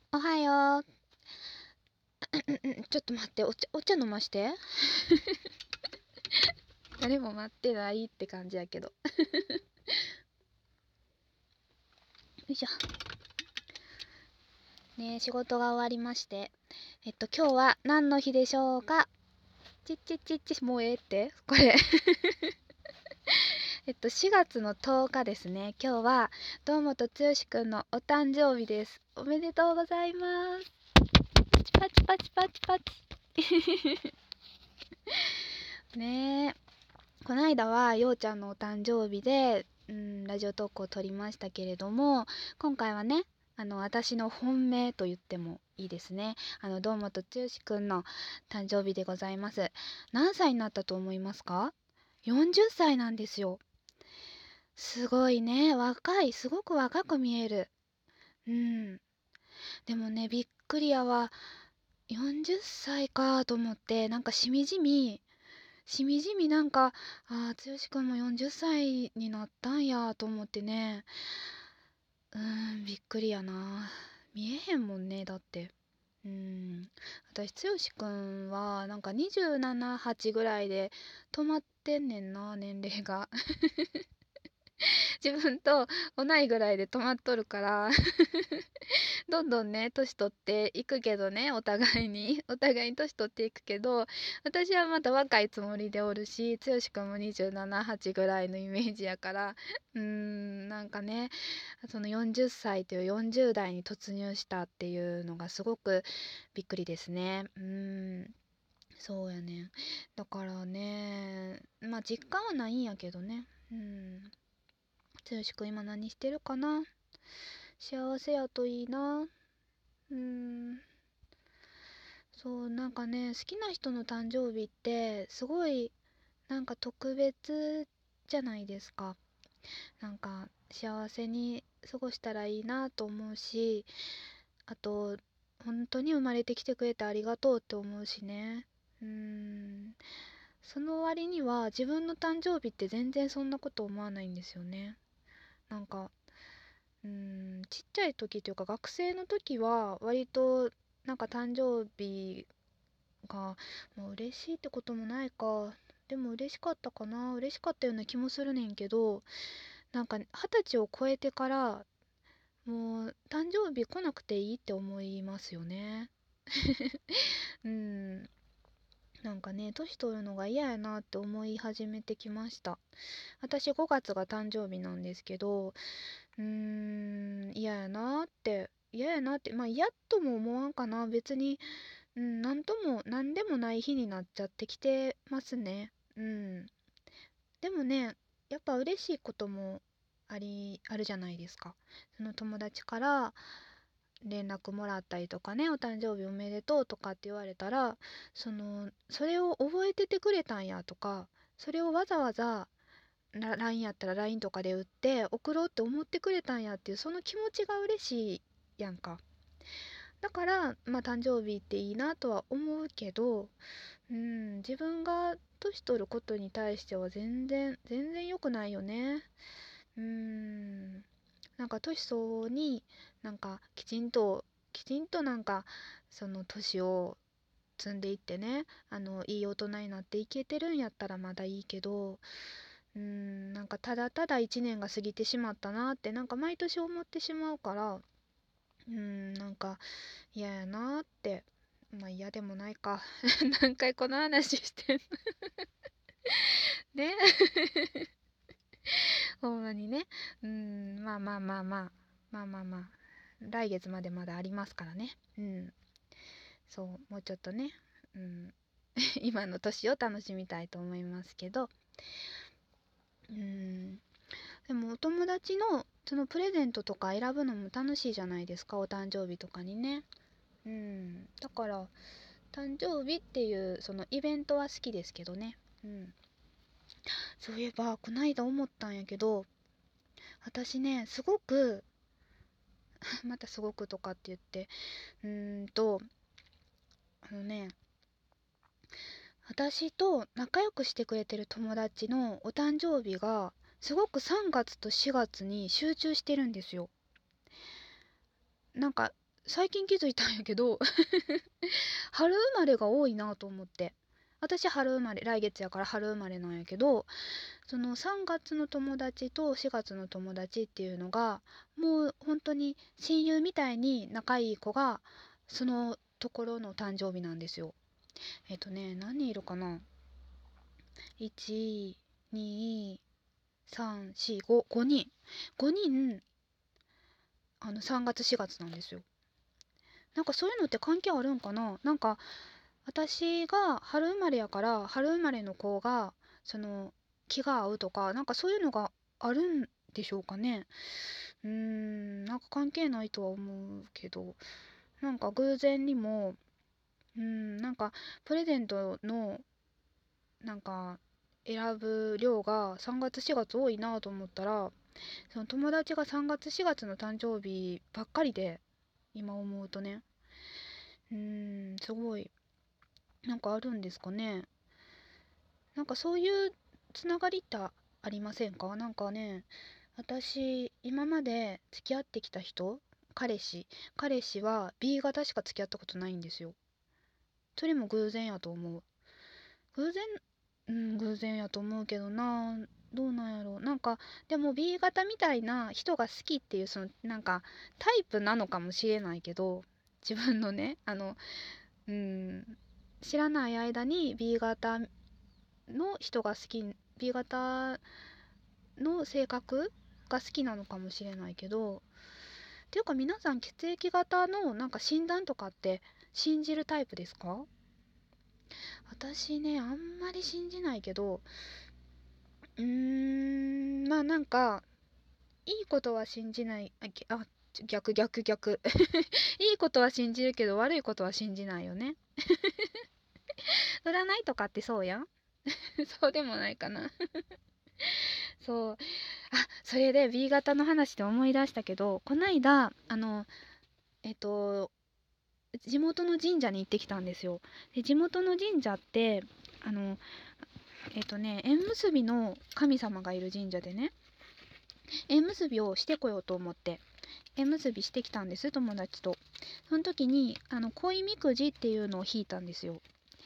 おはよう。ちょっと待って、お茶飲まして。誰も待ってないって感じやけど。よいしょ。ね、仕事が終わりまして。今日は何の日でしょうか？ちっちっちっち、もうええって、これ。4月の10日ですね。今日は、堂本剛くんのお誕生日です。おめでとうございます。パチパチパチパチパチ。ねえ。この間はようちゃんのお誕生日で、ラジオトークを撮りましたけれども、今回はね、私の本命と言ってもいいですね。堂本剛くんの誕生日でございます。何歳になったと思いますか？ 40 歳なんですよ。すごいね。若い。すごく若く見える。うん。でもね、びっくりやわ。40歳かと思って、なんかしみじみなんか、剛くんも40歳になったんやと思ってね。びっくりやな。見えへんもんね、だって。私、剛くんは、なんか27、8ぐらいで止まってんねんな、年齢が。自分と同いぐらいで止まっとるからどんどんね、年取っていくけどね、お互いに年取っていくけど、私はまた若いつもりでおるし、剛くんも27、8ぐらいのイメージやから、なんかね、その40歳という40代に突入したっていうのがすごくびっくりですね。そうやね。だからね、まあ実感はないんやけどね。剛くん今何してるかな？幸せやといいな。うーん。そう、なんかね、好きな人の誕生日ってすごいなんか特別じゃないですか。なんか幸せに過ごしたらいいなと思うし、あと本当に生まれてきてくれてありがとうって思うしね。うーん。その割には自分の誕生日って全然そんなこと思わないんですよね。なんかちっちゃい時というか学生の時は割となんか誕生日が、まあ、嬉しいってこともないか。でも嬉しかったかな。嬉しかったような気もするねんけど、なんか20歳を超えてからもう誕生日来なくていいって思いますよね。うんなんかね、年取るのが嫌やなって思い始めてきました。私5月が誕生日なんですけど、嫌やなって、まあ嫌とも思わんかな。別になんともなんでもない日になっちゃってきてますね。でもね、やっぱ嬉しいこともあるじゃないですか。その友達から連絡もらったりとかね、お誕生日おめでとうとかって言われたら、それを覚えててくれたんやとか、それをわざわざLINE やったら LINE とかで打って送ろうって思ってくれたんやっていうその気持ちが嬉しいやんか。だからまあ誕生日っていいなとは思うけど、自分が年取ることに対しては全然良くないよね。なんか年相応になんかきちんとなんかその年を積んでいってね、いい大人になっていけてるんやったらまだいいけど、なんかただただ1年が過ぎてしまったなってなんか毎年思ってしまうから、なんか嫌やなって。まあ嫌でもないか。何回この話してんのね。ほんまにね。まあまあまあまあ。まあまあまあ。来月までまだありますからね。そう、もうちょっとね。うん。今の年を楽しみたいと思いますけど。うん。でもお友達のそのプレゼントとか選ぶのも楽しいじゃないですか。お誕生日とかにね。だから、誕生日っていうそのイベントは好きですけどね。そういえば、こないだ思ったんやけど、私ね、すごくまたすごくとかって言って、うーんと、あのね、私と仲良くしてくれてる友達のお誕生日が、すごく3月と4月に集中してるんですよ。なんか、 最近気づいたんやけど春生まれが多いなと思って。私春生まれ、来月やから春生まれなんやけど、その3月の友達と4月の友達っていうのがもう本当に親友みたいに仲いい子がそのところの誕生日なんですよ。何人いるかな。1、2、3、4、5、5人。5人、3月4月なんですよ。なんかそういうのって関係あるんかな。なんか私が春生まれやから春生まれの子がその気が合うとかなんかそういうのがあるんでしょうかね。なんか関係ないとは思うけど、なんか偶然にもなんかプレゼントのなんか選ぶ量が3月4月多いなと思ったら、その友達が3月4月の誕生日ばっかりで、今思うとね、すごいなんかあるんですかね。なんかそういうつながりってありませんか？なんかね、私今まで付き合ってきた人、彼氏彼氏は B 型しか付き合ったことないんですよ。それも偶然やと思う。偶然、偶然やと思うけどな。どうなんやろう。なんかでも B 型みたいな人が好きっていうそのなんかタイプなのかもしれないけど、自分のね、うん知らない間に B 型の人が好き、 B 型の性格が好きなのかもしれないけど、っていうか皆さん血液型のなんか診断とかって信じるタイプですか？私ね、あんまり信じないけど、まあなんかいいことは信じない、逆いいことは信じるけど悪いことは信じないよね。占いとかってそうやん。そうでもないかな。そう。それで B 型の話で思い出したけど、こないだえっと地元の神社に行ってきたんですよ。で地元の神社ってあの縁結びの神様がいる神社でね、縁結びをしてこようと思って縁結びしてきたんです、友達と。その時に恋みくじっていうのを引いたんですよ。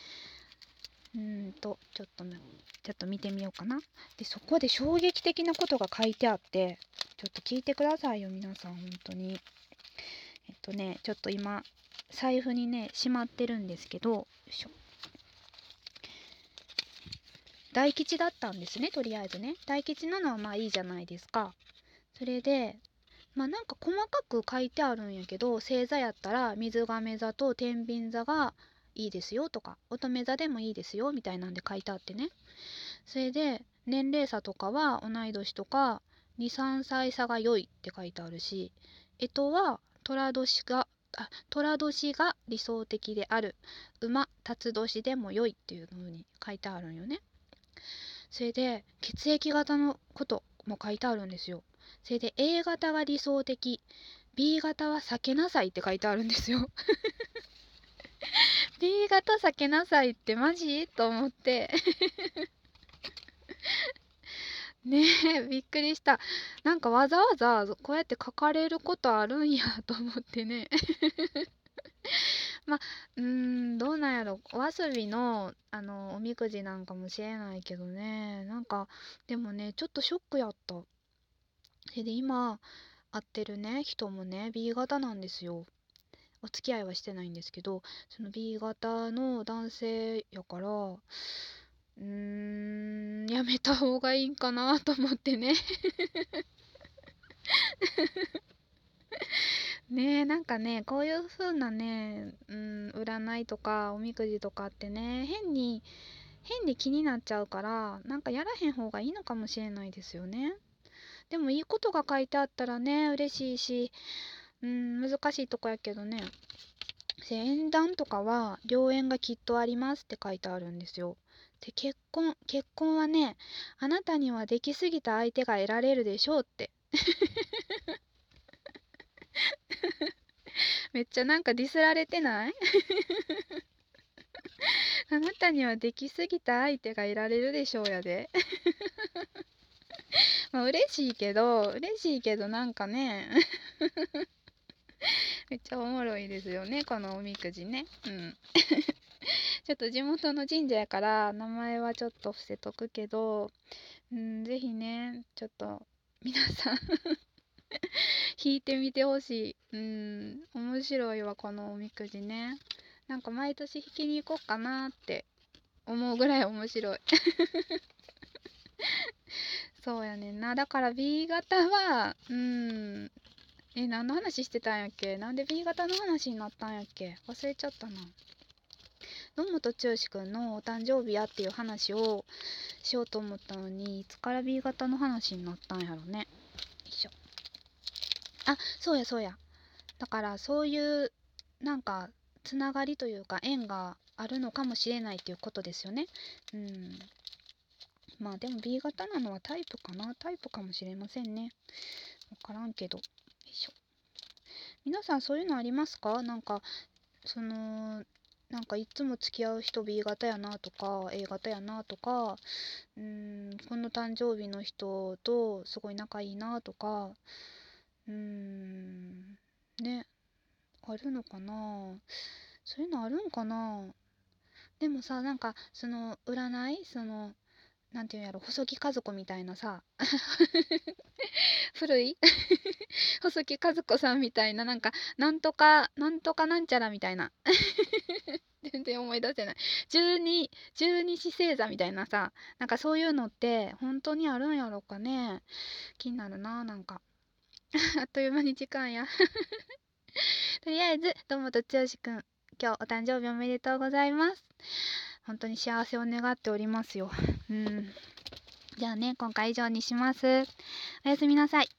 ちょっと見てみようかな。でそこで衝撃的なことが書いてあって、ちょっと聞いてくださいよ皆さん、本当に。ちょっと今財布にねしまってるんですけど、よいしょ。大吉だったんですね、とりあえずね。大吉なのはまあいいじゃないですか。それでまあなんか細かく書いてあるんやけど、星座やったら水亀座と天秤座がいいですよとか、乙女座でもいいですよみたいなんで書いてあってね。それで年齢差とかは同い年とか23歳差が良いって書いてあるし、干支は寅年が理想的である、馬辰年でも良いっていう風に書いてあるんよね。それで血液型のことも書いてあるんですよ。それで A 型が理想的、 B 型は避けなさいって書いてあるんですよ。B 型避けなさいってマジと思ってねえ、びっくりした。なんかわざわざこうやって書かれることあるんやと思ってね。まあ、どうなんやろ。お遊びの、おみくじなんかもしれないけどね。なんか、でもね、ちょっとショックやった。それで今、会ってるね、人もね、B 型なんですよ。お付き合いはしてないんですけど、その B 型の男性やから、やめた方がいいんかなと思ってね。ねえ、なんかね、こういう風なね、占いとかおみくじとかってね、変に気になっちゃうから、なんかやらへん方がいいのかもしれないですよね。でもいいことが書いてあったらね、嬉しいし、難しいとこやけどね。縁談とかは良縁がきっとありますって書いてあるんですよ。で、結婚はね、あなたにはできすぎた相手が得られるでしょうって。めっちゃなんかディスられてない？あなたにはできすぎた相手がいられるでしょうやで。まあ嬉しいけどなんかね、 めっちゃおもろいですよね、このおみくじね。うん。ちょっと地元の神社やから名前はちょっと伏せとくけど、ぜひね、ちょっと皆さん引いてみてほしい。面白いわ、このおみくじね。なんか毎年引きに行こうかなって思うぐらい面白い。そうやねんな。だから B 型は、何の話してたんやっけ。なんで B 型の話になったんやっけ。忘れちゃったな。野本剛くんのお誕生日やっていう話をしようと思ったのに、いつから B 型の話になったんやろね。よいしょ。あ、そうやそうや。だからそういうなんかつながりというか縁があるのかもしれないっていうことですよね。うん。まあでも B 型なのはタイプかな。タイプかもしれませんね。わからんけど。よいしょ。皆さんそういうのありますか？なんかそのなんかいつも付き合う人 B 型やなとか A 型やなとか、この誕生日の人とすごい仲いいなとか、ね、あるのかな。そういうのあるんかな。でもさ、なんかその占い、なんていうんやろ、細木数子みたいなさ、古い細木数子さんみたいな、なんかなんとかなんとかなんちゃらみたいな、全然思い出せない。十二支星座みたいなさ、なんかそういうのって本当にあるんやろうかね。気になるな、なんか。あっという間に時間や。とりあえず、どうもとつよしくん、今日お誕生日おめでとうございます。本当に幸せを願っておりますよ。じゃあね、今回以上にします。おやすみなさい。